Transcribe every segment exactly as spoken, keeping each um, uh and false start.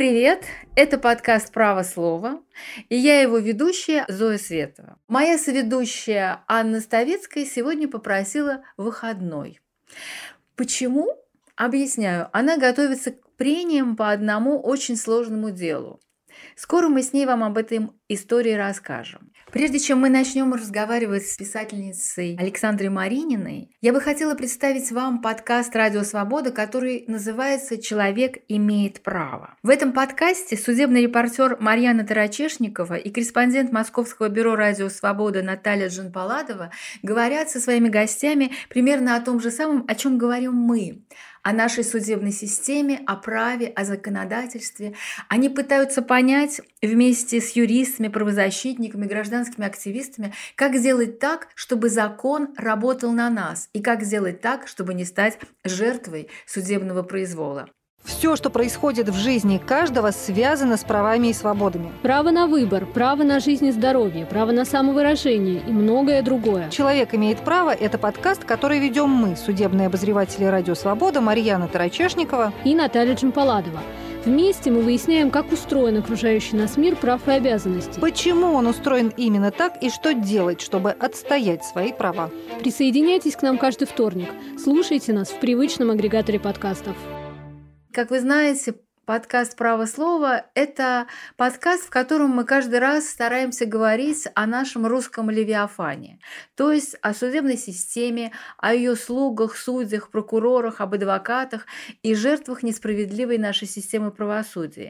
привет! Это подкаст «Право слова», и я его ведущая Зоя Светова. Моя соведущая Анна Ставицкая сегодня попросила выходной. Почему? Объясняю. Она готовится к прениям по одному очень сложному делу. Скоро мы с ней вам об этой истории расскажем. Прежде чем мы начнем разговаривать с писательницей Александрой Марининой, я бы хотела представить вам подкаст «Радио Свобода», который называется «Человек имеет право». В этом подкасте судебный репортер Марьяна Тарачешникова и корреспондент Московского бюро «Радио Свобода» Наталья Джанпаладова говорят со своими гостями примерно о том же самом, о чем говорим мы. О нашей судебной системе, о праве, о законодательстве. Они пытаются понять вместе с юристами, правозащитниками, гражданскими активистами, как сделать так, чтобы закон работал на нас, и как сделать так, чтобы не стать жертвой судебного произвола. Все, что происходит в жизни каждого, связано с правами и свободами. Право на выбор, право на жизнь и здоровье, право на самовыражение и многое другое. «Человек имеет право» – это подкаст, который ведем мы, судебные обозреватели «Радио Свобода» Марьяна Тарачешникова и Наталья Джанпаладова. Вместе мы выясняем, как устроен окружающий нас мир прав и обязанностей. Почему он устроен именно так и что делать, чтобы отстоять свои права. Присоединяйтесь к нам каждый вторник. Слушайте нас в привычном агрегаторе подкастов. Как вы знаете, подкаст «Право слова» – это подкаст, в котором мы каждый раз стараемся говорить о нашем русском левиафане, то есть о судебной системе, о ее слугах, судьях, прокурорах, об адвокатах и жертвах несправедливой нашей системы правосудия.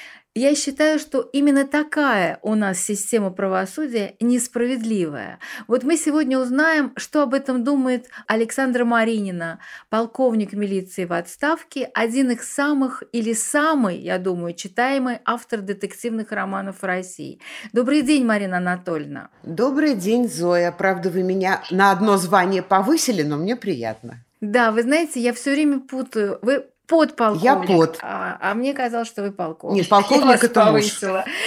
Я считаю, что именно такая у нас система правосудия несправедливая. Вот мы сегодня узнаем, что об этом думает Александра Маринина, полковник милиции в отставке, один из самых или самый, я думаю, читаемый автор детективных романов в России. Добрый день, Марина Анатольевна. Добрый день, Зоя. Правда, вы меня на одно звание повысили, но мне приятно. Да, вы знаете, я все время путаю. Вы подполковник. Я под. А, а мне казалось, что вы полковник. Нет, полковник – это муж.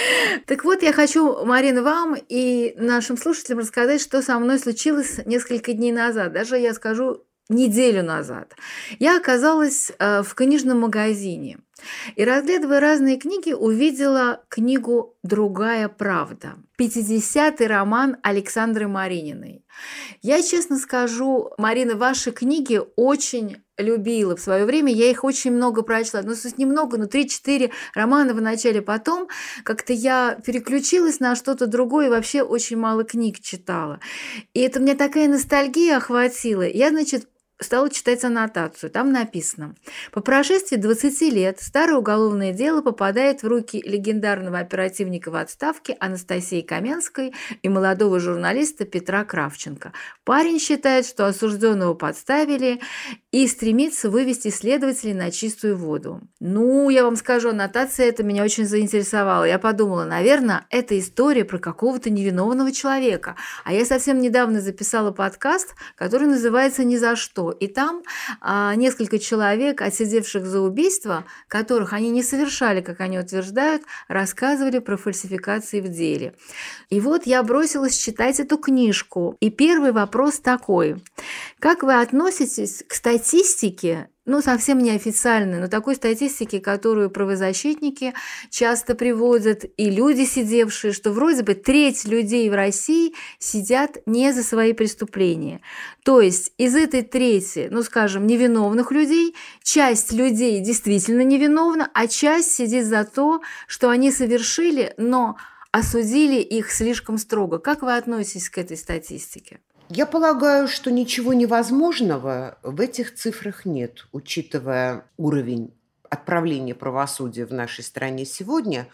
Так вот, я хочу, Марина, вам и нашим слушателям рассказать, что со мной случилось несколько дней назад. Даже я скажу неделю назад. Я оказалась э, в книжном магазине и, разглядывая разные книги, увидела книгу «Другая правда». пятидесятый роман Александры Марининой. Я, честно скажу, Марина, ваши книги очень любила в свое время. Я их очень много прочла. Ну, то есть немного, но три-четыре романа в начале. Потом как-то я переключилась на что-то другое и вообще очень мало книг читала. И это меня такая ностальгия охватила. Я, значит, стала читать аннотацию. Там написано: по прошествии двадцати лет старое уголовное дело попадает в руки легендарного оперативника в отставке Анастасии Каменской и молодого журналиста Петра Кравченко. Парень считает, что осужденного подставили, и стремится вывести следователей на чистую воду. Ну, я вам скажу, аннотация эта меня очень заинтересовала. Я подумала, наверное, это история про какого-то невиновного человека. А я совсем недавно записала подкаст, который называется «Ни за что». И там а, несколько человек, отсидевших за убийство, которых они не совершали, как они утверждают, рассказывали про фальсификации в деле. И вот я бросилась читать эту книжку. И первый вопрос такой: как вы относитесь к статистике, ну, совсем неофициальной, но такой статистике, которую правозащитники часто приводят, и люди, сидевшие, что вроде бы треть людей в России сидят не за свои преступления. То есть из этой трети, ну, скажем, невиновных людей, часть людей действительно невиновна, а часть сидит за то, что они совершили, но осудили их слишком строго. Как вы относитесь к этой статистике? Я полагаю, что ничего невозможного в этих цифрах нет, учитывая уровень отправления правосудия в нашей стране сегодня.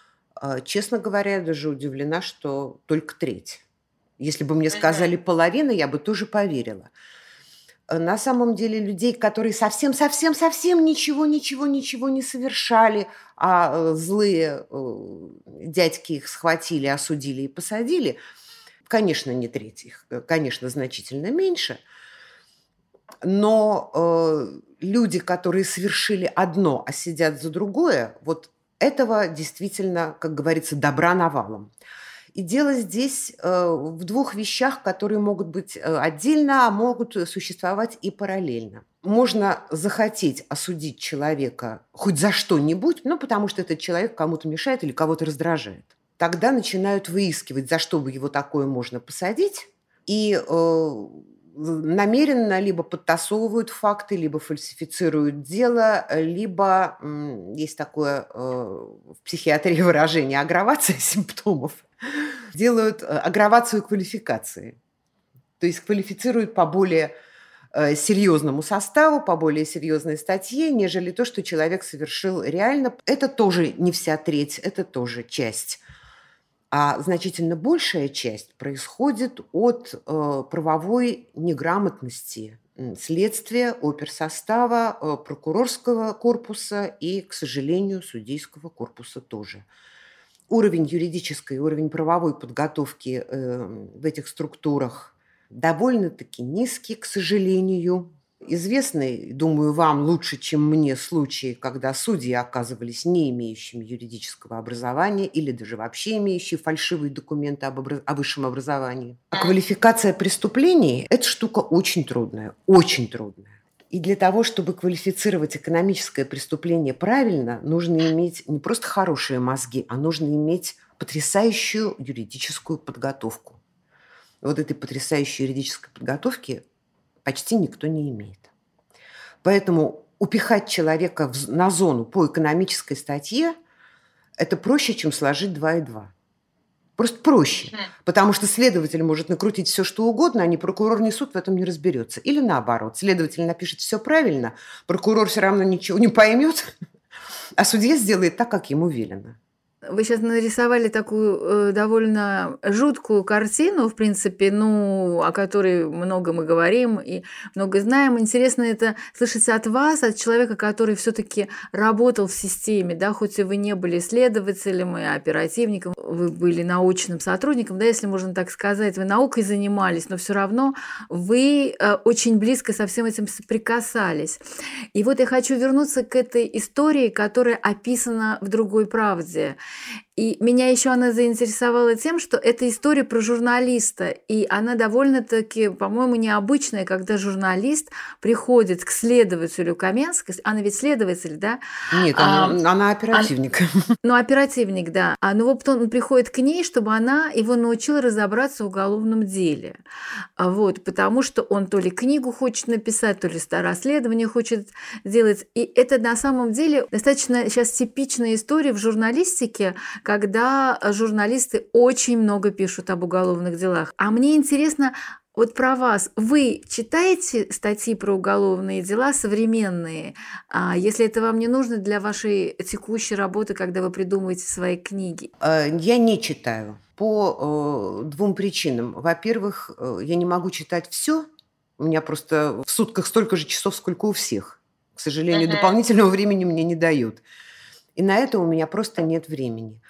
Честно говоря, я даже удивлена, что только треть. Если бы мне сказали половина, я бы тоже поверила. На самом деле людей, которые совсем-совсем-совсем ничего-ничего-ничего не совершали, а злые дядьки их схватили, осудили и посадили, конечно, не треть их, конечно, значительно меньше, но э, люди, которые совершили одно, а сидят за другое, вот этого действительно, как говорится, добра навалом. И дело здесь э, в двух вещах, которые могут быть э, отдельно, а могут существовать и параллельно. Можно захотеть осудить человека хоть за что-нибудь, ну, потому что этот человек кому-то мешает или кого-то раздражает. Тогда начинают выискивать, за что бы его такое можно посадить, и э, намеренно либо подтасовывают факты, либо фальсифицируют дело, либо м, есть такое э, в психиатрии выражение аггравация симптомов, делают аггравацию квалификации. То есть квалифицируют по более э, серьезному составу, по более серьезной статье, нежели то, что человек совершил реально. Это тоже не вся треть, это тоже часть. А значительно большая часть происходит от э, правовой неграмотности следствия, оперсостава, э, прокурорского корпуса и, к сожалению, судейского корпуса тоже. Уровень юридической, уровень правовой подготовки э, в этих структурах довольно-таки низкий, к сожалению. Известный, думаю, вам лучше, чем мне, случаи, когда судьи оказывались не имеющими юридического образования или даже вообще имеющие фальшивые документы об обра- о высшем образовании. А квалификация преступлений – это штука очень трудная, очень трудная. И для того, чтобы квалифицировать экономическое преступление правильно, нужно иметь не просто хорошие мозги, а нужно иметь потрясающую юридическую подготовку. Вот этой потрясающей юридической подготовки почти никто не имеет. Поэтому упихать человека в, на зону по экономической статье – это проще, чем сложить два и два. Просто проще. Потому что следователь может накрутить все, что угодно, а ни прокурор, ни суд в этом не разберется. Или наоборот. Следователь напишет все правильно, прокурор все равно ничего не поймет, а судья сделает так, как ему велено. Вы сейчас нарисовали такую э, довольно жуткую картину, в принципе, ну, о которой много мы говорим и много знаем. Интересно это слышать от вас, от человека, который все-таки работал в системе, да, хоть и вы не были следователем и оперативником, вы были научным сотрудником, да, если можно так сказать, вы наукой занимались, но все равно вы э, очень близко со всем этим соприкасались. И вот я хочу вернуться к этой истории, которая описана в «Другой правде». И меня еще она заинтересовала тем, что это история про журналиста, и она довольно-таки, по-моему, необычная, когда журналист приходит к следователю Каменской, она ведь следователь, да? Нет, а, она, она оперативник. А, ну, оперативник, да. А, ну, вот он приходит к ней, чтобы она его научила разобраться в уголовном деле. А, вот, потому что он то ли книгу хочет написать, то ли расследование хочет сделать. И это на самом деле достаточно сейчас типичная история в журналистике, когда журналисты очень много пишут об уголовных делах. А мне интересно вот про вас. Вы читаете статьи про уголовные дела современные, если это вам не нужно для вашей текущей работы, когда вы придумываете свои книги? Я не читаю по двум причинам. Во-первых, я не могу читать все. У меня просто в сутках столько же часов, сколько у всех. К сожалению, uh-huh. дополнительного времени мне не дают. И на это у меня просто нет времени.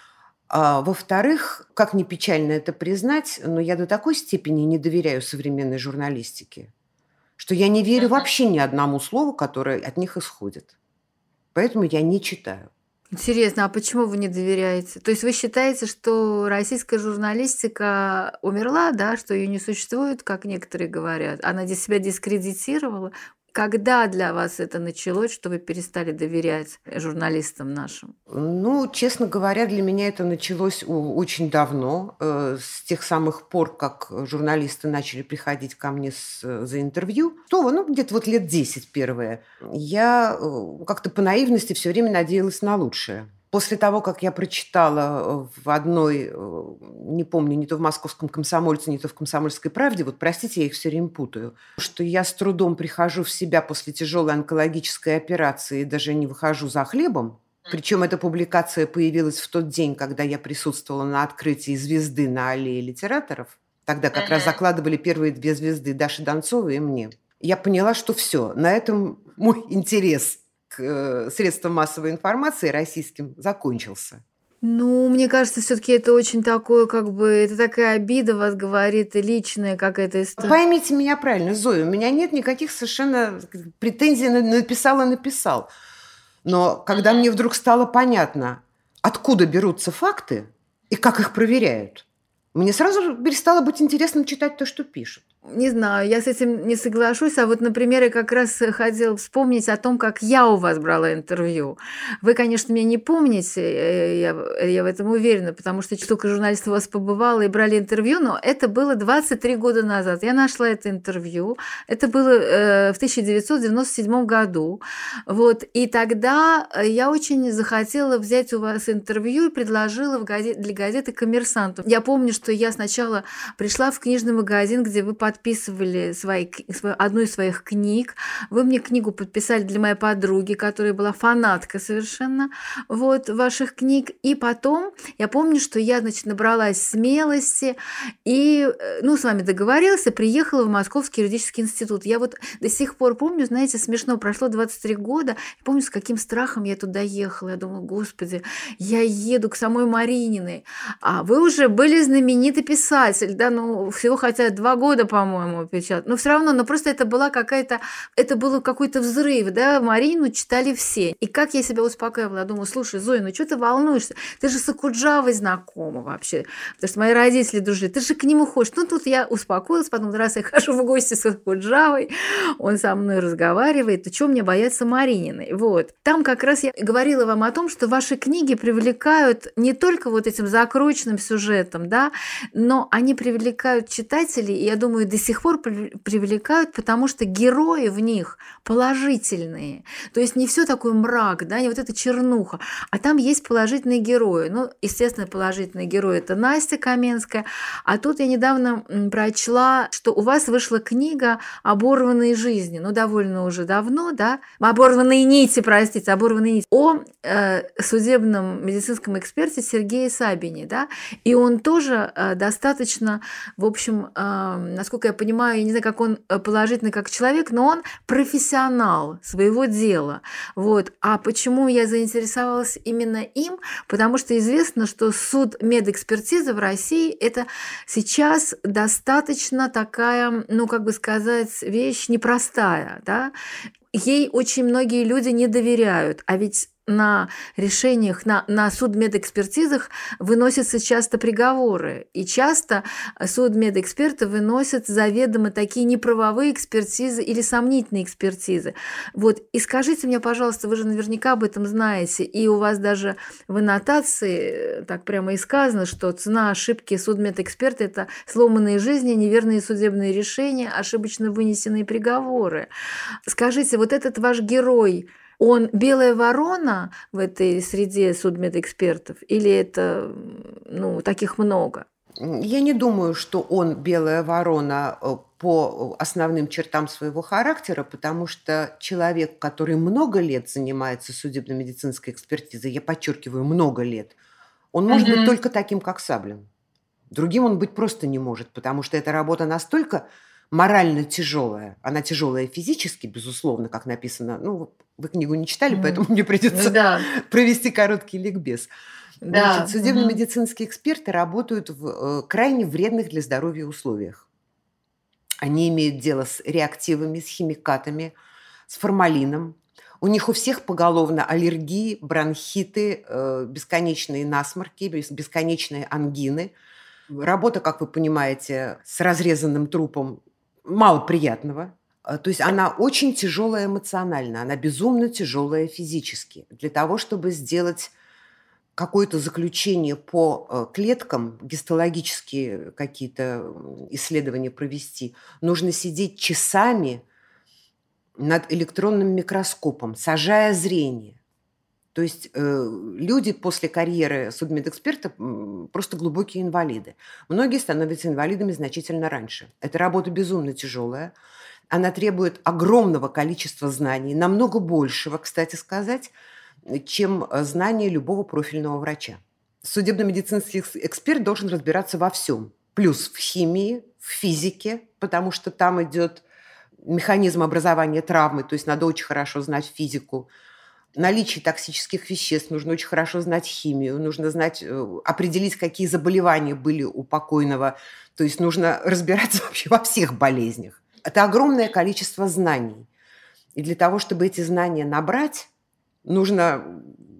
А, во-вторых, как ни печально это признать, но я до такой степени не доверяю современной журналистике, что я не верю вообще ни одному слову, которое от них исходит. Поэтому я не читаю. Интересно, а почему вы не доверяете? То есть вы считаете, что российская журналистика умерла, да, что ее не существует, как некоторые говорят? Она себя дискредитировала? Когда для вас это началось, что вы перестали доверять журналистам нашим? Ну, честно говоря, для меня это началось очень давно, с тех самых пор, как журналисты начали приходить ко мне с, за интервью. Что, ну, где-то вот лет десять первые. Я как-то по наивности все время надеялась на лучшее. После того, как я прочитала в одной, не помню, не то в «Московском комсомольце», не то в «Комсомольской правде», вот простите, я их все время путаю, что я с трудом прихожу в себя после тяжелой онкологической операции и даже не выхожу за хлебом. Причем эта публикация появилась в тот день, когда я присутствовала на открытии «Звезды» на аллее литераторов. Тогда как uh-huh. раз закладывали первые две звезды, Даши Донцовой и мне. Я поняла, что все, на этом мой интерес к средствам массовой информации российским закончился. Ну, мне кажется, все-таки это очень такое, как бы, это такая обида вас говорит, и личная какая-то история. Поймите меня правильно, Зоя, у меня нет никаких совершенно претензий на написал и написал. Но когда мне вдруг стало понятно, откуда берутся факты, и как их проверяют. Мне сразу перестало быть интересно читать то, что пишут. Не знаю, я с этим не соглашусь. А вот, например, я как раз хотела вспомнить о том, как я у вас брала интервью. Вы, конечно, меня не помните, я, я в этом уверена, потому что столько журналистов у вас побывало и брали интервью, но это было двадцать три года назад. Я нашла это интервью. Это было э, в тысяча девятьсот девяносто седьмом году. Вот. И тогда я очень захотела взять у вас интервью и предложила в газет, для газеты «Коммерсанту». Я помню, что я сначала пришла в книжный магазин, где вы подписывали свои, одну из своих книг. Вы мне книгу подписали для моей подруги, которая была фанатка совершенно вот, ваших книг. И потом я помню, что я, значит, набралась смелости и, ну, с вами договорилась и приехала в Московский юридический институт. Я вот до сих пор помню, знаете, смешно, прошло двадцать три года, и помню, с каким страхом я туда ехала. Я думала, господи, я еду к самой Марининой. А вы уже были знаменитый писатель, да, ну, всего хотя два года, по-моему, печат. Но все равно, но просто это была какая-то, это был какой-то взрыв, да, Марину читали все. И как я себя успокаивала, я думаю, слушай, Зоя, ну что ты волнуешься? Ты же с Окуджавой знакома вообще, потому что мои родители дружили, ты же к нему ходишь. Ну, тут я успокоилась, потом раз я хожу в гости с Окуджавой, он со мной разговаривает, то чего мне бояться Марининой? Вот. Там как раз я говорила вам о том, что ваши книги привлекают не только вот этим закрученным сюжетом, да, но они привлекают читателей, и я думаю, до сих пор привлекают, потому что герои в них положительные. То есть не все такой мрак, да, не вот эта чернуха, а там есть положительные герои. Ну, естественно, положительные герои – это Настя Каменская. А тут я недавно прочла, что у вас вышла книга «Оборванные жизни», ну, довольно уже давно, да, «Оборванные нити», простите, «Оборванные нити», о э, судебном медицинском эксперте Сергее Сабине, да, и он тоже э, достаточно, в общем, э, насколько я понимаю, я не знаю, как он положительный как человек, но он профессионал своего дела. Вот. А почему я заинтересовалась именно им? Потому что известно, что судмедэкспертиза в России – это сейчас достаточно такая, ну, как бы сказать, вещь непростая, да? Ей очень многие люди не доверяют, а ведь на решениях, на, на судмедэкспертизах выносятся часто приговоры. И часто судмедэксперты выносят заведомо такие неправовые экспертизы или сомнительные экспертизы. Вот. И скажите мне, пожалуйста, вы же наверняка об этом знаете, и у вас даже в аннотации так прямо и сказано, что цена ошибки судмедэксперта – это сломанные жизни, неверные судебные решения, ошибочно вынесенные приговоры. Скажите, вот этот ваш герой, он белая ворона в этой среде судмедэкспертов или это, ну, таких много? Я не думаю, что он белая ворона по основным чертам своего характера, потому что человек, который много лет занимается судебно-медицинской экспертизой, я подчеркиваю, много лет, он может mm-hmm. быть только таким, как Саблин. Другим он быть просто не может, потому что эта работа настолько морально тяжелая. Она тяжелая физически, безусловно, как написано. Ну, вы книгу не читали, mm. поэтому мне придется да. провести короткий ликбез. Да. Значит, судебно-медицинские mm-hmm. эксперты работают в э, крайне вредных для здоровья условиях. Они имеют дело с реактивами, с химикатами, с формалином. У них у всех поголовно аллергии, бронхиты, э, бесконечные насморки, бесконечные ангины. Работа, как вы понимаете, с разрезанным трупом мало приятного. То есть она очень тяжелая эмоционально, она безумно тяжелая физически. Для того, чтобы сделать какое-то заключение по клеткам, гистологические какие-то исследования провести, нужно сидеть часами над электронным микроскопом, сажая зрение. То есть э, люди после карьеры судмедэксперта просто глубокие инвалиды. Многие становятся инвалидами значительно раньше. Эта работа безумно тяжелая. Она требует огромного количества знаний, намного большего, кстати сказать, чем знания любого профильного врача. Судебно-медицинский эксперт должен разбираться во всем. Плюс в химии, в физике, потому что там идет механизм образования травмы, то есть надо очень хорошо знать физику. Наличие токсических веществ, нужно очень хорошо знать химию, нужно знать, определить, какие заболевания были у покойного, то есть нужно разбираться вообще во всех болезнях. Это огромное количество знаний. И для того, чтобы эти знания набрать, нужно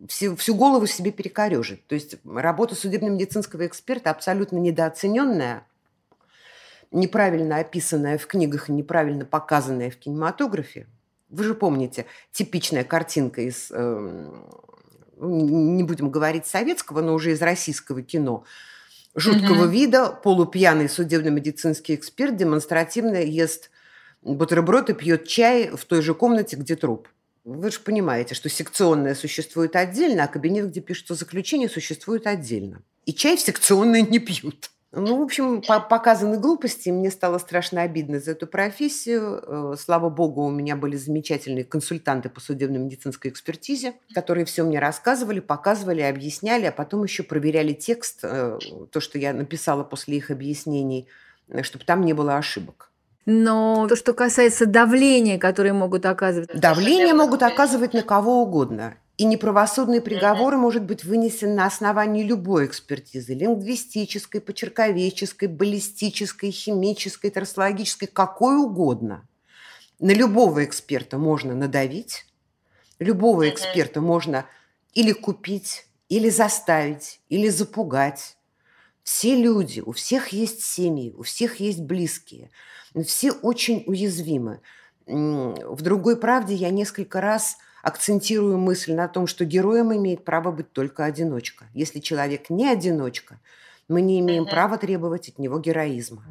всю, всю голову себе перекорежит. То есть работа судебно-медицинского эксперта абсолютно недооцененная, неправильно описанная в книгах и неправильно показанная в кинематографе. Вы же помните, типичная картинка из, э, не будем говорить советского, но уже из российского кино, жуткого mm-hmm. вида, полупьяный судебно-медицинский эксперт демонстративно ест бутерброд и пьет чай в той же комнате, где труп. Вы же понимаете, что секционная существует отдельно, а кабинет, где пишутся заключения, существует отдельно. И чай в секционной не пьют. Ну, в общем, показаны глупости, мне стало страшно обидно за эту профессию. Слава богу, у меня были замечательные консультанты по судебно-медицинской экспертизе, которые все мне рассказывали, показывали, объясняли, а потом еще проверяли текст, то, что я написала после их объяснений, чтобы там не было ошибок. Но то, что касается давления, которое могут оказывать... Давление могут оказывать на кого угодно. И неправосудный приговор может быть вынесен на основании любой экспертизы. Лингвистической, почерковедческой, баллистической, химической, трассологической, какой угодно. На любого эксперта можно надавить. Любого эксперта можно или купить, или заставить, или запугать. Все люди, у всех есть семьи, у всех есть близкие. Все очень уязвимы. В «Другой правде» я несколько раз акцентирую мысль на том, что героем имеет право быть только одиночка. Если человек не одиночка, мы не имеем uh-huh. права требовать от него героизма.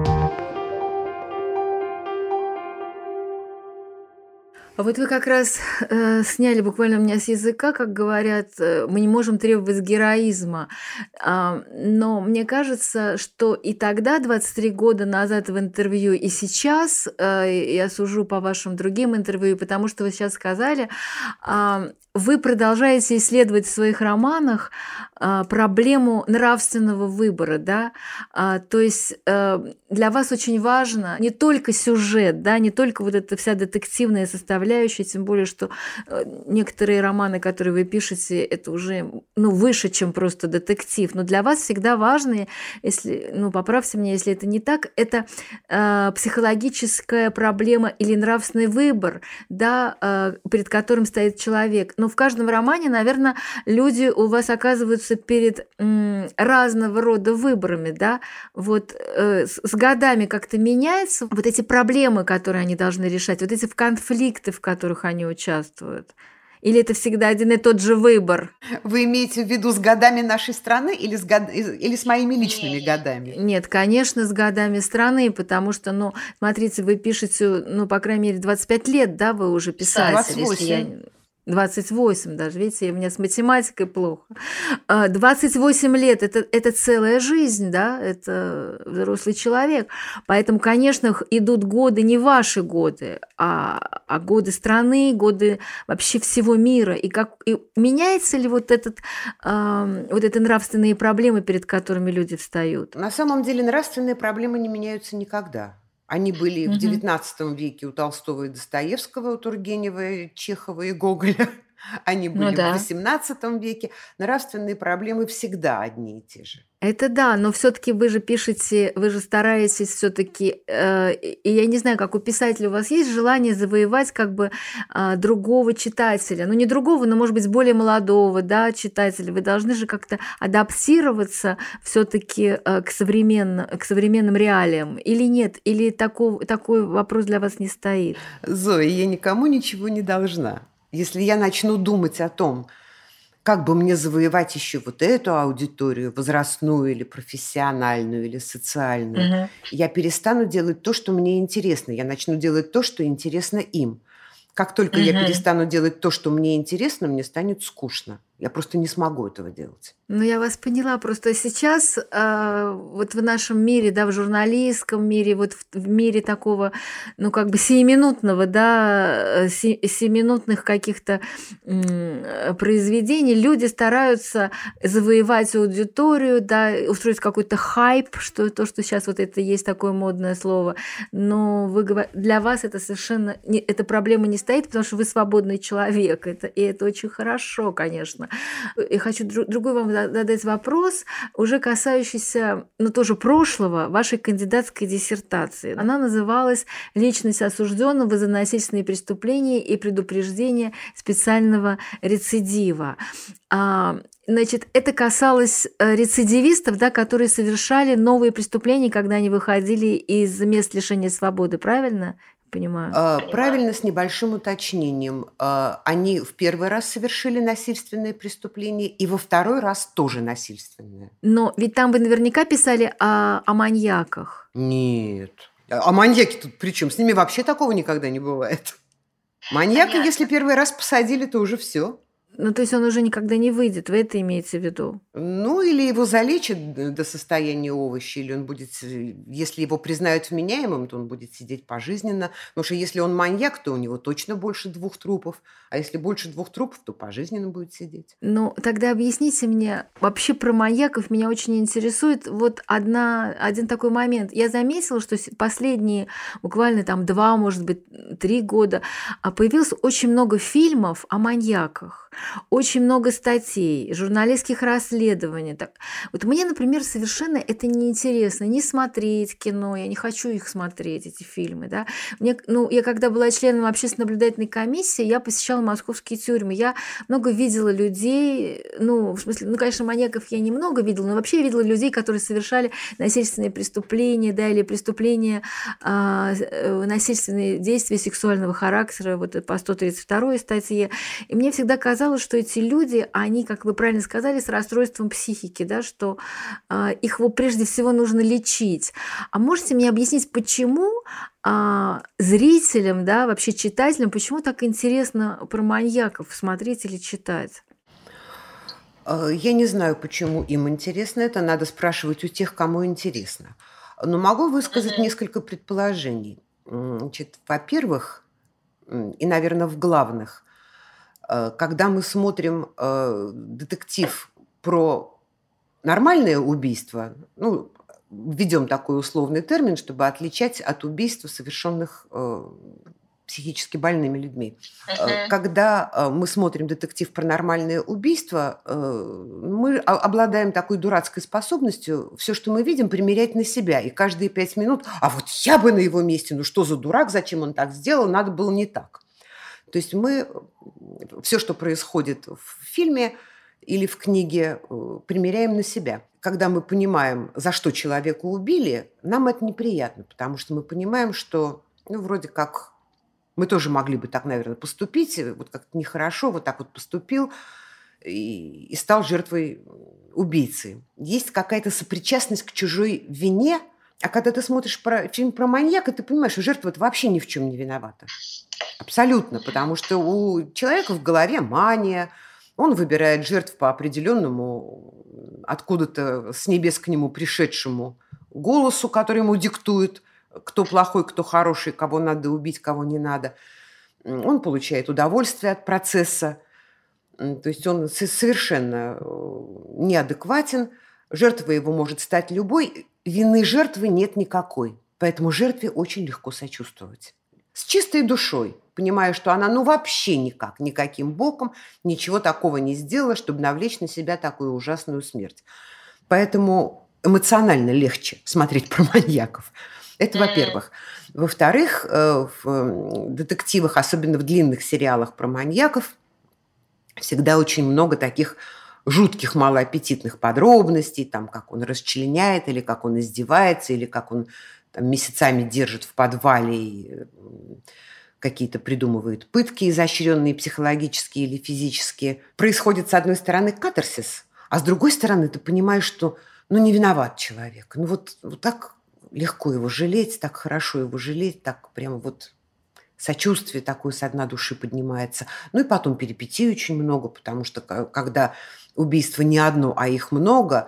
А вот вы как раз э, сняли буквально у меня с языка, как говорят, э, мы не можем требовать героизма. А, но мне кажется, что и тогда, двадцать три года назад в интервью, и сейчас, э, я сужу по вашим другим интервью, потому что вы сейчас сказали, э, вы продолжаете исследовать в своих романах э, проблему нравственного выбора, да, а, то есть э, для вас очень важно не только сюжет, да, не только вот эта вся детективная составляющая, тем более, что э, некоторые романы, которые вы пишете, это уже, ну, выше, чем просто детектив, но для вас всегда важно, если, ну, поправьте меня, если это не так, это э, психологическая проблема или нравственный выбор, да, э, перед которым стоит человек. Но в каждом романе, наверное, люди у вас оказываются перед м, разного рода выборами, да, вот э, с, с годами как-то меняются вот эти проблемы, которые они должны решать, вот эти конфликты, в которых они участвуют. Или это всегда один и тот же выбор? Вы имеете в виду с годами нашей страны или с, год... или с моими личными годами? Нет, конечно, с годами страны, потому что, ну, смотрите, вы пишете, ну, по крайней мере, двадцать пять лет, да, вы уже писатель. двадцать восемь. Если я... двадцать восемь даже, видите, у меня с математикой плохо. двадцать восемь лет это, – это целая жизнь, да, это взрослый человек. Поэтому, конечно, идут годы, не ваши годы, а, а годы страны, годы вообще всего мира. И, как, и меняется ли вот, этот, э, вот эти нравственные проблемы, перед которыми люди встают? На самом деле нравственные проблемы не меняются никогда. Они были Мгм. в девятнадцатом веке у Толстого и Достоевского, у Тургенева, Чехова и Гоголя. Они Ну были в да. восемнадцатом веке. Нравственные проблемы всегда одни и те же. Это да, но все-таки вы же пишете, вы же стараетесь все-таки, э, и я не знаю, как у писателя у вас есть желание завоевать как бы а, другого читателя, ну не другого, но может быть более молодого, да, читателя. Вы должны же как-то адаптироваться все-таки к современно, к современным реалиям, или нет, или такой, такой вопрос для вас не стоит? Зоя, я никому ничего не должна. Если я начну думать о том, как бы мне завоевать еще вот эту аудиторию, возрастную или профессиональную, или социальную, Мгм. я перестану делать то, что мне интересно. Я начну делать то, что интересно им. Как только я Мгм. перестану делать то, что мне интересно, мне станет скучно. Я просто не смогу этого делать. Ну, я вас поняла. Просто сейчас э, вот в нашем мире, да, в журналистском мире, вот в, в мире такого, ну, как бы сиюминутного, да, э, си- сиюминутных каких-то м, э, произведений, люди стараются завоевать аудиторию, да, устроить какой-то хайп, что то, что сейчас вот это есть такое модное слово. Но вы, говор- для вас это совершенно, не, эта проблема не стоит, потому что вы свободный человек. Это, и это очень хорошо, конечно. Я хочу дру- другой вам задать вопрос, уже касающийся, ну, тоже прошлого, вашей кандидатской диссертации. Она называлась «Личность осужденного за насильственные преступления и предупреждение специального рецидива». А, значит, это касалось рецидивистов, да, которые совершали новые преступления, когда они выходили из мест лишения свободы, правильно? Понимаю. Правильно, с небольшим уточнением. Они в первый раз совершили насильственное преступление, и во второй раз тоже насильственное. Но ведь там вы наверняка писали о, о маньяках. Нет. А маньяки тут при чем? С ними вообще такого никогда не бывает. Маньяка, Понятно. Если первый раз посадили, то уже все. Ну, то есть он уже никогда не выйдет, вы это имеете в виду? Ну, или его залечат до состояния овоща, или он будет, если его признают вменяемым, то он будет сидеть пожизненно. Потому что если он маньяк, то у него точно больше двух трупов, а если больше двух трупов, то пожизненно будет сидеть. Ну, тогда объясните мне, вообще про маньяков меня очень интересует вот одна, один такой момент. Я заметила, что последние буквально там два, может быть, три года появилось очень много фильмов о маньяках. Очень много статей, журналистских расследований. Так. Вот мне, например, совершенно это неинтересно. Не смотреть кино, я не хочу их смотреть, эти фильмы. Да? Мне, ну, я когда была членом общественно-наблюдательной комиссии, я посещала московские тюрьмы. Я много видела людей, ну, в смысле, ну, конечно, маньяков я немного видела, но вообще я видела людей, которые совершали насильственные преступления, да, или преступления, э, насильственные действия сексуального характера, вот по сто тридцать второй статье. И мне всегда казалось, что эти люди, они, как вы правильно сказали, с расстройством психики, да, что э, их вот прежде всего нужно лечить. А можете мне объяснить, почему э, зрителям, да, вообще читателям, почему так интересно про маньяков смотреть или читать? Я не знаю, почему им интересно это, надо спрашивать у тех, кому интересно. Но могу высказать несколько предположений. Значит, во-первых, и, наверное, в главных, когда мы смотрим э, детектив про нормальное убийство, ну, введем такой условный термин, чтобы отличать от убийств, совершенных э, психически больными людьми. Uh-huh. Когда э, мы смотрим детектив про нормальное убийство, э, мы обладаем такой дурацкой способностью все, что мы видим, примерять на себя. И каждые пять минут, а вот я бы на его месте, ну что за дурак, зачем он так сделал, надо было не так. То есть мы все, что происходит в фильме или в книге, примеряем на себя. Когда мы понимаем, за что человека убили, нам это неприятно, потому что мы понимаем, что, ну, вроде как мы тоже могли бы так, наверное, поступить, вот как-то нехорошо, вот так вот поступил и, и стал жертвой убийцы. Есть какая-то сопричастность к чужой вине, а когда ты смотришь про, фильм про маньяка, ты понимаешь, что жертва вообще ни в чем не виновата. Абсолютно, потому что у человека в голове мания, он выбирает жертв по определенному, откуда-то с небес к нему пришедшему голосу, который ему диктует, кто плохой, кто хороший, кого надо убить, кого не надо. Он получает удовольствие от процесса, то есть он совершенно неадекватен, жертвой его может стать любой, вины жертвы нет никакой, поэтому жертве очень легко сочувствовать. С чистой душой, понимая, что она ну вообще никак, никаким боком ничего такого не сделала, чтобы навлечь на себя такую ужасную смерть. Поэтому эмоционально легче смотреть про маньяков. Это во-первых. Во-вторых, в детективах, особенно в длинных сериалах про маньяков, всегда очень много таких жутких малоаппетитных подробностей, там, как он расчленяет, или как он издевается, или как он там месяцами держит в подвале и какие-то придумывает пытки изощренные, психологические или физические. Происходит, с одной стороны, катарсис, а с другой стороны, ты понимаешь, что ну, не виноват человек. Ну вот, вот так легко его жалеть, так хорошо его жалеть, так прямо вот сочувствие такое со дна души поднимается. Ну и потом перипетий очень много, потому что когда убийство не одно, а их много,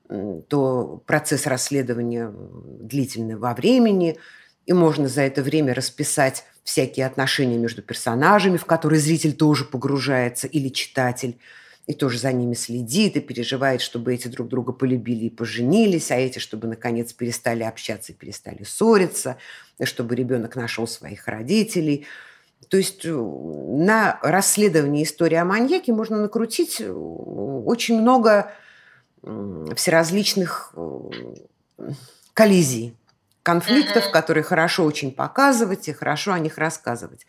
то процесс расследования длительный во времени, и можно за это время расписать всякие отношения между персонажами, в которые зритель тоже погружается, или читатель, и тоже за ними следит, и переживает, чтобы эти друг друга полюбили и поженились, а эти, чтобы, наконец, перестали общаться и перестали ссориться, и чтобы ребенок нашел своих родителей. То есть на расследовании истории о маньяке можно накрутить очень много всеразличных коллизий, конфликтов, mm-hmm. которые хорошо очень показывать и хорошо о них рассказывать.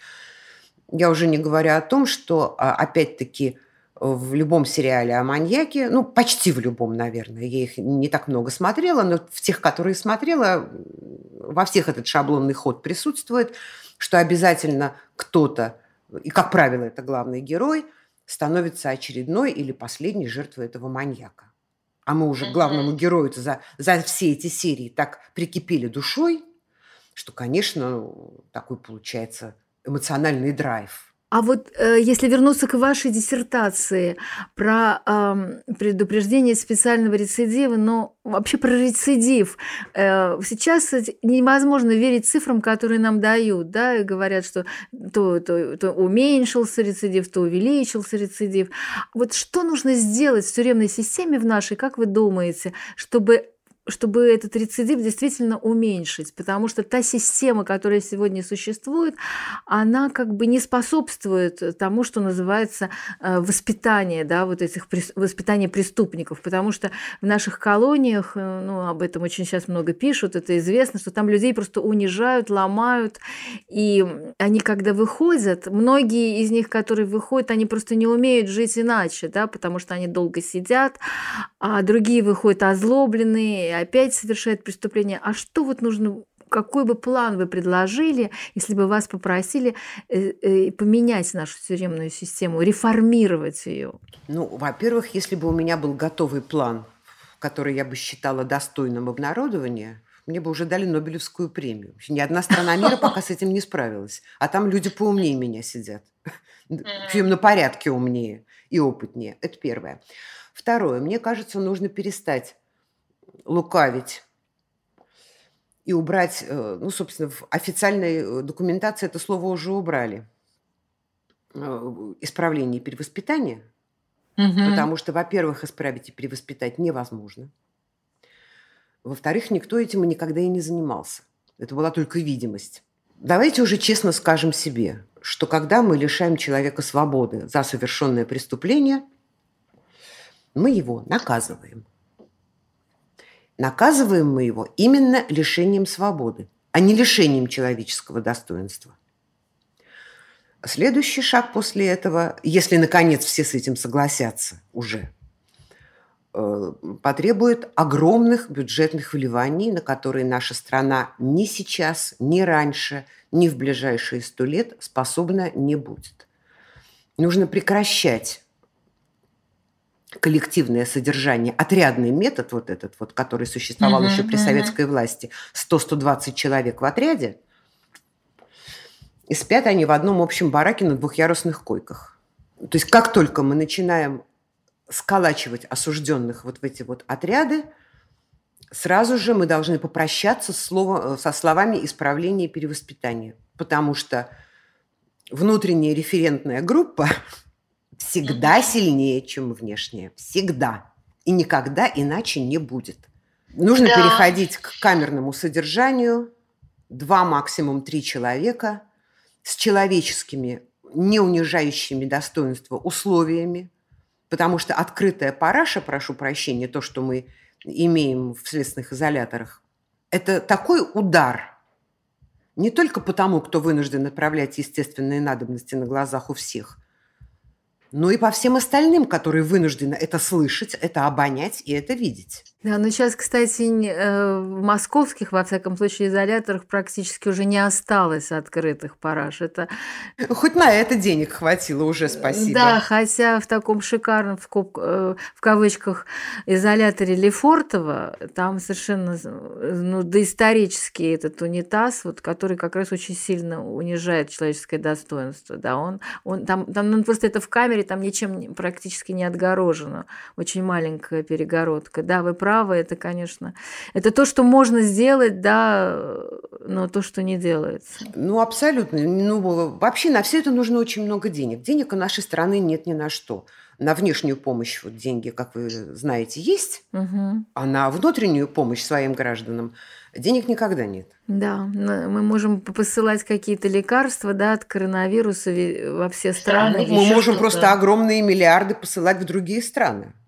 Я уже не говорю о том, что, опять-таки, в любом сериале о маньяке, ну, почти в любом, наверное, я их не так много смотрела, но в тех, которые смотрела, во всех этот шаблонный ход присутствует, что обязательно кто-то, и, как правило, это главный герой, становится очередной или последней жертвой этого маньяка. А мы уже к главному герою за, за все эти серии так прикипели душой, что, конечно, такой получается эмоциональный драйв. А вот э, если вернуться к вашей диссертации про э, предупреждение специального рецидива, но вообще про рецидив, э, сейчас невозможно верить цифрам, которые нам дают, да, и говорят, что то, то, то уменьшился рецидив, то увеличился рецидив. Вот что нужно сделать в тюремной системе в нашей, как вы думаете, чтобы чтобы этот рецидив действительно уменьшить, потому что та система, которая сегодня существует, она как бы не способствует тому, что называется воспитание, да, вот этих воспитание преступников, потому что в наших колониях, ну, об этом очень сейчас много пишут, это известно, что там людей просто унижают, ломают, и они, когда выходят, многие из них, которые выходят, они просто не умеют жить иначе, да, потому что они долго сидят, а другие выходят озлобленные, опять совершает преступление. А что вот нужно, какой бы план вы предложили, если бы вас попросили э, э, поменять нашу тюремную систему, реформировать ее? Ну, во-первых, если бы у меня был готовый план, который я бы считала достойным обнародования, мне бы уже дали Нобелевскую премию. Ни одна страна мира пока с этим не справилась. А там люди поумнее меня сидят. Причем на порядке умнее и опытнее. Это первое. Второе. Мне кажется, нужно перестать лукавить и убрать, ну, собственно, в официальной документации это слово уже убрали. Исправление и перевоспитание. Угу. Потому что, во-первых, исправить и перевоспитать невозможно. Во-вторых, никто этим и никогда и не занимался. Это была только видимость. Давайте уже честно скажем себе, что когда мы лишаем человека свободы за совершенное преступление, мы его наказываем. Наказываем мы его именно лишением свободы, а не лишением человеческого достоинства. Следующий шаг после этого, если, наконец, все с этим согласятся уже, потребует огромных бюджетных вливаний, на которые наша страна ни сейчас, ни раньше, ни в ближайшие сто лет способна не будет. Нужно прекращать коллективное содержание, отрядный метод вот этот, вот, который существовал uh-huh, еще при uh-huh. советской власти, сто - сто двадцать человек в отряде, и спят они в одном общем бараке на двухъярусных койках. То есть как только мы начинаем сколачивать осужденных вот в эти вот отряды, сразу же мы должны попрощаться с словом, со словами исправления и перевоспитания, потому что внутренняя референтная группа всегда сильнее, чем внешняя. Всегда. И никогда иначе не будет. Нужно да. переходить к камерному содержанию. Два, максимум три человека с человеческими, не унижающими достоинства условиями. Потому что открытая параша, прошу прощения, то, что мы имеем в следственных изоляторах, это такой удар. Не только потому, кто вынужден отправлять естественные надобности на глазах у всех, но и по всем остальным, которые вынуждены это слышать, это обонять и это видеть. Да, но сейчас, кстати, в московских, во всяком случае, изоляторах практически уже не осталось открытых параш. Это... Хоть на это денег хватило уже, спасибо. Да, хотя в таком шикарном, в, коп... в кавычках, изоляторе Лефортово, там совершенно ну, доисторический этот унитаз, вот, который как раз очень сильно унижает человеческое достоинство. Да, он, он, там, там ну, просто это в камере, там ничем практически не отгорожено. Очень маленькая перегородка. Да, вы правы. Право, это, конечно, это то, что можно сделать, да, но то, что не делается. Ну, абсолютно. Ну, вообще на все это нужно очень много денег. Денег у нашей страны нет ни на что. На внешнюю помощь вот деньги, как вы знаете, есть, угу. а на внутреннюю помощь своим гражданам денег никогда нет. Да, мы можем посылать какие-то лекарства, да, от коронавируса во все страны. Мы можем просто огромные миллиарды посылать в другие страны.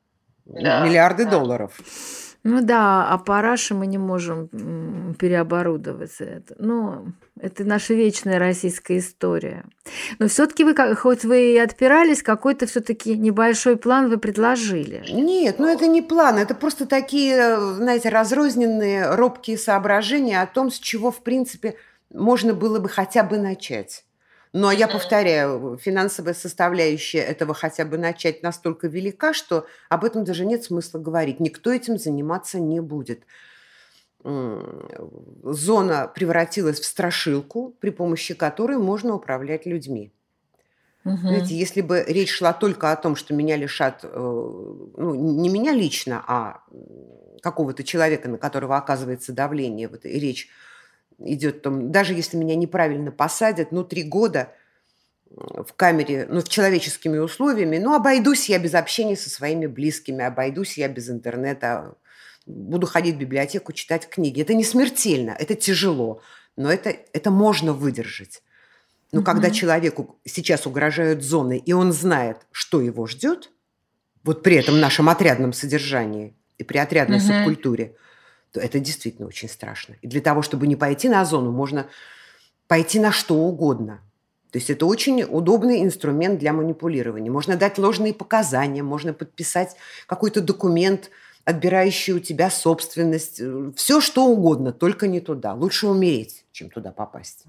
да, миллиарды да. долларов. Ну да, а параши мы не можем переоборудовать это. Ну, это наша вечная российская история. Но все-таки вы, хоть вы и отпирались, какой-то все-таки небольшой план вы предложили. Нет, ну это не план, это просто такие, знаете, разрозненные, робкие соображения о том, с чего, в принципе, можно было бы хотя бы начать. Но я повторяю, финансовая составляющая этого хотя бы начать настолько велика, что об этом даже нет смысла говорить. Никто этим заниматься не будет. Зона превратилась в страшилку, при помощи которой можно управлять людьми. Угу. Знаете, если бы речь шла только о том, что меня лишат, ну, не меня лично, а какого-то человека, на которого оказывается давление, вот, и речь идет там, даже если меня неправильно посадят, ну, три года в камере, ну, с человеческими условиями, ну, обойдусь я без общения со своими близкими, обойдусь я без интернета, буду ходить в библиотеку, читать книги. Это не смертельно, это тяжело, но это, это можно выдержать. Но угу. когда человеку сейчас угрожают зоны, и он знает, что его ждет, вот при этом нашем отрядном содержании и при отрядной угу. субкультуре, то это действительно очень страшно. И для того, чтобы не пойти на зону, можно пойти на что угодно. То есть это очень удобный инструмент для манипулирования. Можно дать ложные показания, можно подписать какой-то документ, отбирающий у тебя собственность. Все что угодно, только не туда. Лучше умереть, чем туда попасть.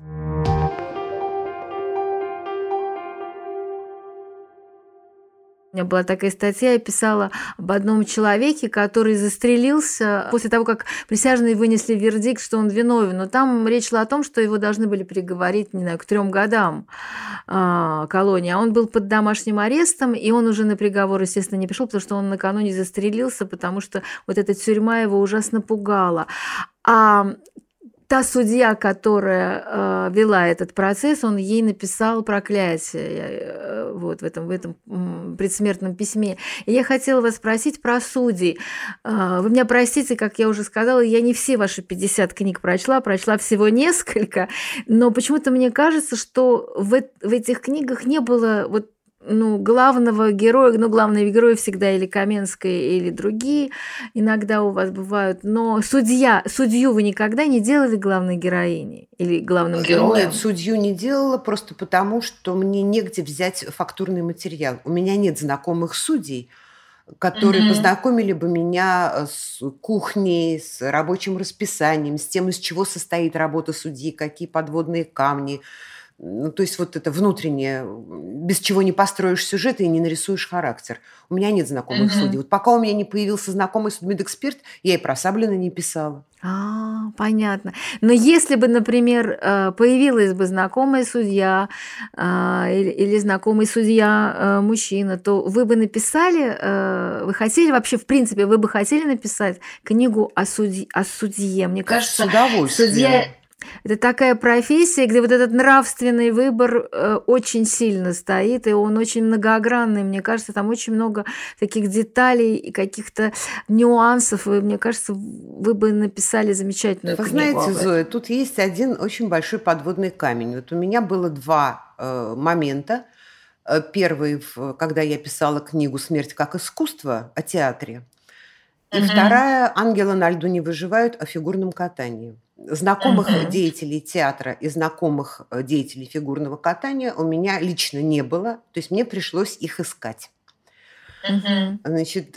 У меня была такая статья, я писала об одном человеке, который застрелился после того, как присяжные вынесли вердикт, что он виновен. Но там речь шла о том, что его должны были приговорить, не знаю, к трем годам э, колонии. А он был под домашним арестом, и он уже на приговор, естественно, не пришел, потому что он накануне застрелился, потому что вот эта тюрьма его ужасно пугала. А та судья, которая э, вела этот процесс, он ей написал проклятие э, вот, в этом, в этом м, предсмертном письме. И я хотела вас спросить про судей. Э, вы меня простите, как я уже сказала, я не все ваши пятьдесят книг прочла, прочла всего несколько, но почему-то мне кажется, что в, в этих книгах не было вот ну, главного героя, ну, главные герои всегда или Каменская, или другие, иногда у вас бывают, но судья, судью вы никогда не делали главной героиней или главным героем? Нет, судью не делала просто потому, что мне негде взять фактурный материал. У меня нет знакомых судей, которые mm-hmm. познакомили бы меня с кухней, с рабочим расписанием, с тем, из чего состоит работа судьи, какие подводные камни. Ну, то есть вот это внутреннее, без чего не построишь сюжет и не нарисуешь характер. У меня нет знакомых mm-hmm. судей. Вот пока у меня не появился знакомый судмедэксперт, я и про Саблина не писала. А, понятно. Но если бы, например, появилась бы знакомая судья или, или знакомый судья мужчина, то вы бы написали, вы хотели вообще, в принципе, вы бы хотели написать книгу о, судье, о судье? Мне кажется, с удовольствием. Судья... Это такая профессия, где вот этот нравственный выбор э, очень сильно стоит, и он очень многогранный. Мне кажется, там очень много таких деталей и каких-то нюансов. И мне кажется, вы бы написали замечательную Вы книгу. Вы знаете, Зоя, тут есть один очень большой подводный камень. Вот у меня было два э, момента. Первый, когда я писала книгу «Смерть как искусство» о театре. И mm-hmm. вторая «Ангелы на льду не выживают» о фигурном катании. Знакомых uh-huh. деятелей театра и знакомых деятелей фигурного катания у меня лично не было, то есть мне пришлось их искать. Uh-huh. Значит,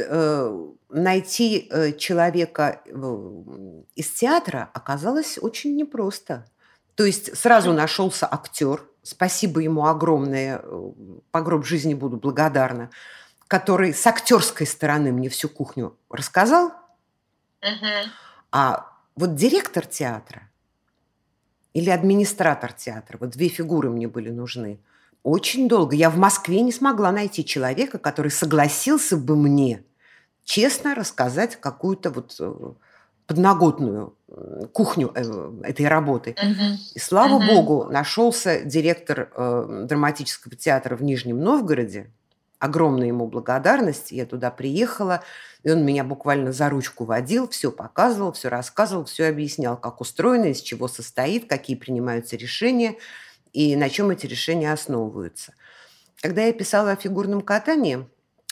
найти человека из театра оказалось очень непросто. То есть сразу нашелся актер, спасибо ему огромное, по гроб жизни буду благодарна, который с актерской стороны мне всю кухню рассказал, uh-huh. а вот директор театра или администратор театра, вот две фигуры мне были нужны, очень долго. Я в Москве не смогла найти человека, который согласился бы мне честно рассказать какую-то вот подноготную кухню этой работы. Uh-huh. И слава uh-huh. богу, нашелся директор э, драматического театра в Нижнем Новгороде. Огромная ему благодарность. Я туда приехала, и он меня буквально за ручку водил, все показывал, все рассказывал, все объяснял, как устроено, из чего состоит, какие принимаются решения и на чем эти решения основываются. Когда я писала о фигурном катании,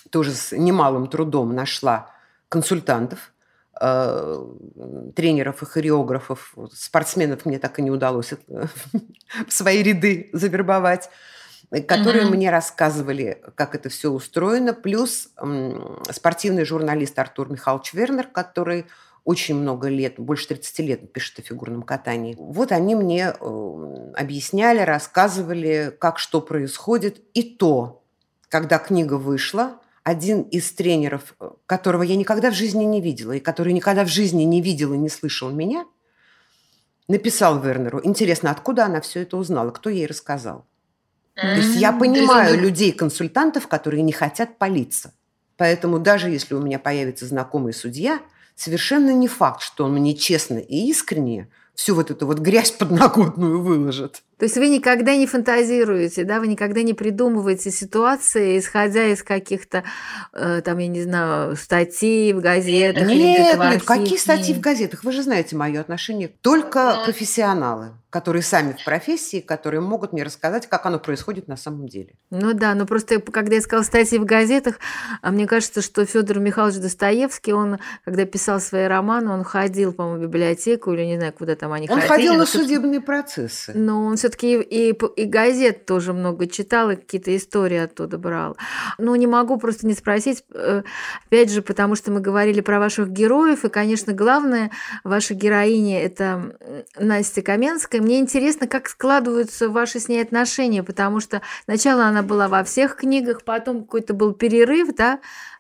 тоже с немалым трудом нашла консультантов, э, тренеров и хореографов. Спортсменов мне так и не удалось в свои ряды завербовать, которые mm-hmm. мне рассказывали, как это все устроено. Плюс м, спортивный журналист Артур Михайлович Вернер, который очень много лет, больше тридцати лет пишет о фигурном катании. Вот они мне э, объясняли, рассказывали, как что происходит. И то, когда книга вышла, один из тренеров, которого я никогда в жизни не видела, и который никогда в жизни не видел и не слышал меня, написал Вернеру: интересно, откуда она все это узнала, кто ей рассказал. Mm-hmm. То есть я понимаю людей-консультантов, которые не хотят палиться. Поэтому даже если у меня появится знакомый судья, совершенно не факт, что он мне честно и искренне всю вот эту вот грязь подноготную выложит. То есть вы никогда не фантазируете, да, вы никогда не придумываете ситуации, исходя из каких-то, э, там, я не знаю, статей в газетах? Нет, нет, какие статьи в газетах? Вы же знаете мое отношение. Только профессионалы, которые сами в профессии, которые могут мне рассказать, как оно происходит на самом деле. Ну да, но просто когда я сказала статьи в газетах, мне кажется, что Федор Михайлович Достоевский, он, когда писал свои романы, он ходил, по-моему, в библиотеку или не знаю, куда там они он ходили. Он ходил на судебные процессы. Но он все-таки и, и, и газет тоже много читал, и какие-то истории оттуда брал. Ну, не могу просто не спросить, опять же, потому что мы говорили про ваших героев, и, конечно, главное, ваша героиня – это Настя Каменская. Мне интересно, как складываются ваши с ней отношения, потому что сначала она была во всех книгах, потом какой-то был перерыв, да,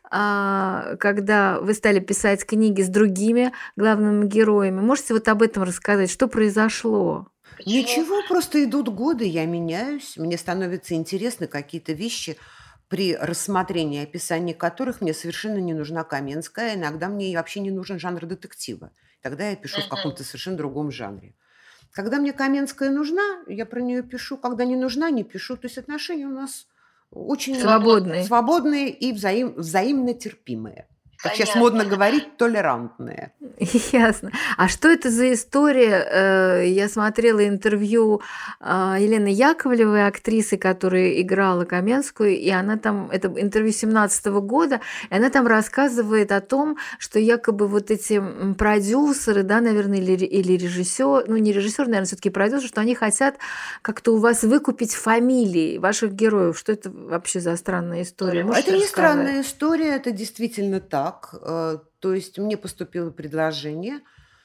когда вы стали писать книги с другими главными героями. Можете вот об этом рассказать? Что произошло? Почему? Ничего, просто идут годы, я меняюсь, мне становятся интересны какие-то вещи, при рассмотрении и описании которых мне совершенно не нужна Каменская, иногда мне вообще не нужен жанр детектива. Тогда я пишу uh-huh. в каком-то совершенно другом жанре. Когда мне Каменская нужна, я про нее пишу, когда не нужна, не пишу. То есть отношения у нас очень свободные, свободные и взаим, взаимно терпимые. Как сейчас модно говорить, толерантные. Ясно. А что это за история? Я смотрела интервью Елены Яковлевой, актрисы, которая играла Каменскую, и она там, это интервью семнадцатого года, и она там рассказывает о том, что якобы вот эти продюсеры, да, наверное, или, или режиссер, ну не режиссер, наверное, все-таки продюсер, что они хотят как-то у вас выкупить фамилии ваших героев. Что это вообще за странная история? Можете это не рассказать? Странная история, это действительно так. То есть мне поступило предложение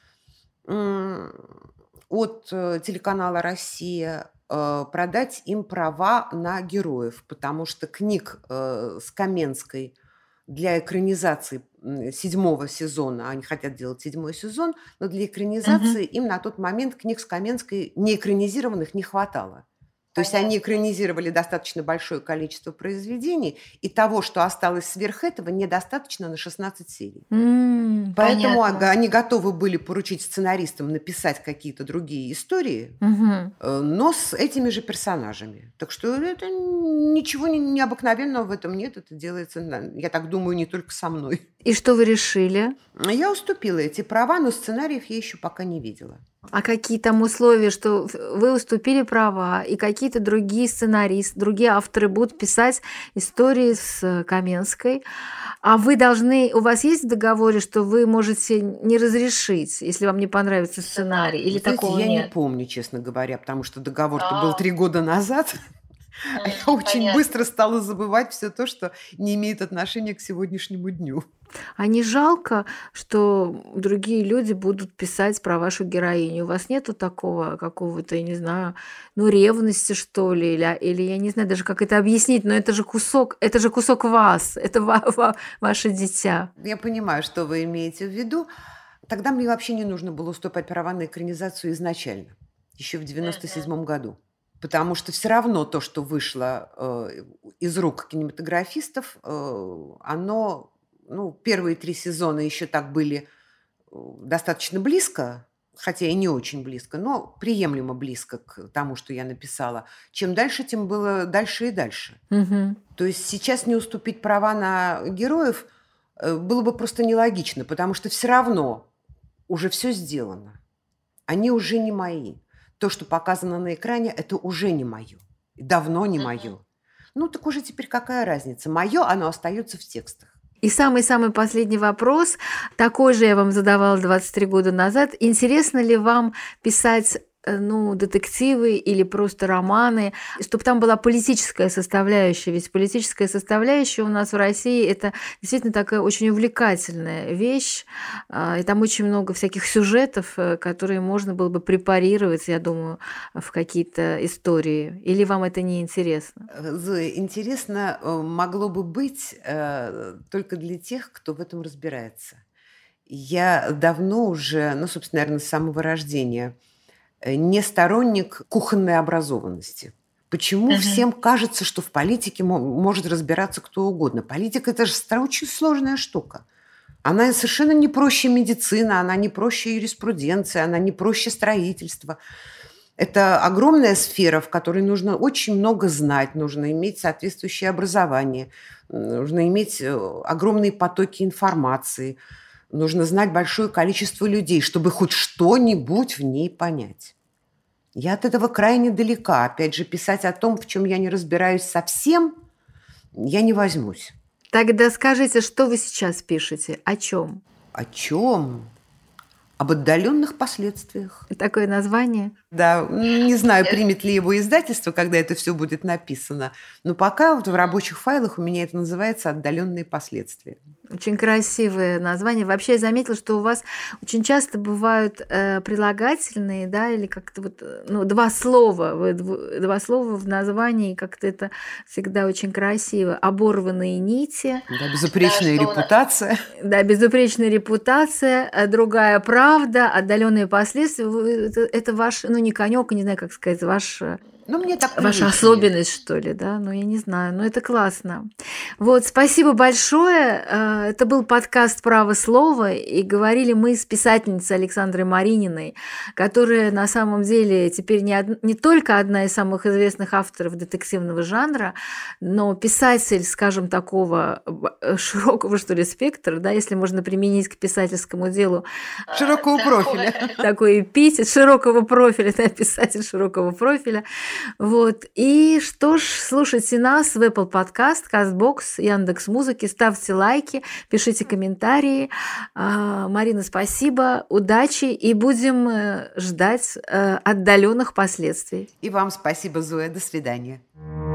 от телеканала «Россия» продать им права на героев, потому что книг с Каменской для экранизации седьмого сезона, они хотят делать седьмой сезон, но для экранизации uh-huh. им на тот момент книг с Каменской неэкранизированных не хватало. То есть они экранизировали достаточно большое количество произведений, и того, что осталось сверх этого, недостаточно на шестнадцать серий. Mm, Поэтому понятно. Они готовы были поручить сценаристам написать какие-то другие истории, угу. но с этими же персонажами. Так что это ничего необыкновенного в этом нет. Это делается, я так думаю, не только со мной. И что вы решили? Я уступила эти права, но сценариев я еще пока не видела. А какие там условия, что вы уступили права, и какие-то другие сценаристы, другие авторы будут писать истории с Каменской, а вы должны, у вас есть в договоре, что вы можете не разрешить, если вам не понравится сценарий, или Знаете, такого я нет? не помню, честно говоря, потому что договор-то был три года назад. Я очень быстро стала забывать все то, что не имеет отношения к сегодняшнему дню. А не жалко, что другие люди будут писать про вашу героиню? У вас нету такого какого-то, я не знаю, ну, ревности, что ли, или, или я не знаю даже, как это объяснить, но это же кусок, это же кусок вас, это ва- ва- ваше дитя. Я понимаю, что вы имеете в виду. Тогда мне вообще не нужно было уступать права на экранизацию изначально, еще в девяносто седьмом году. Потому что все равно то, что вышло э, из рук кинематографистов, э, оно, ну, первые три сезона еще так были достаточно близко, хотя и не очень близко, но приемлемо близко к тому, что я написала. Чем дальше, тем было дальше и дальше. Угу. То есть сейчас не уступить права на героев э, было бы просто нелогично, потому что все равно уже все сделано. Они уже не мои. То, что показано на экране, это уже не мое. Давно не мое. Ну, так уже теперь какая разница? Мое, оно остается в текстах. И самый-самый последний вопрос, такой же я вам задавала двадцать три года назад. Интересно ли вам писать ну, детективы или просто романы, чтобы там была политическая составляющая. Ведь политическая составляющая у нас в России – это действительно такая очень увлекательная вещь, и там очень много всяких сюжетов, которые можно было бы препарировать, я думаю, в какие-то истории. Или вам это не интересно? Зоя, интересно могло бы быть только для тех, кто в этом разбирается. Я давно уже, ну, собственно, наверное, с самого рождения не сторонник кухонной образованности. Почему uh-huh. всем кажется, что в политике может разбираться кто угодно? Политика – это же очень сложная штука. Она совершенно не проще медицины, она не проще юриспруденции, она не проще строительства. Это огромная сфера, в которой нужно очень много знать, нужно иметь соответствующее образование, нужно иметь огромные потоки информации, нужно знать большое количество людей, чтобы хоть что-нибудь в ней понять. Я от этого крайне далека. Опять же, писать о том, в чем я не разбираюсь совсем, я не возьмусь. Тогда скажите, что вы сейчас пишете? О чем? О чем? Об отдаленных последствиях. Такое название? Да, не знаю, примет ли его издательство, когда это все будет написано, но пока вот в рабочих файлах у меня это называется «Отдаленные последствия». Очень красивое название. Вообще я заметила, что у вас очень часто бывают э, прилагательные, да, или как-то вот, ну, два слова, вы, два слова в названии, как-то это всегда очень красиво. Оборванные нити. Да, безупречная да, репутация. Да, безупречная репутация, другая правда, отдаленные последствия. Это, это ваш, ну, не конек, не знаю, как сказать, ваш... Ну, мне так Ваша особенность, что ли, да? Ну, я не знаю, но это классно. Вот, спасибо большое. Это был подкаст «Право слова», и говорили мы с писательницей Александрой Марининой, которая на самом деле теперь не, од... не только одна из самых известных авторов детективного жанра, но писатель, скажем, такого широкого, что ли, спектра, да, если можно применить к писательскому делу. Широкого профиля. Такой эпитет широкого профиля, да, писатель широкого профиля. Вот. И что ж, слушайте нас в Apple Podcast, CastBox, Яндекс.Музыки, ставьте лайки, пишите комментарии. Марина, спасибо, удачи, и будем ждать отдаленных последствий. И вам спасибо, Зоя, до свидания.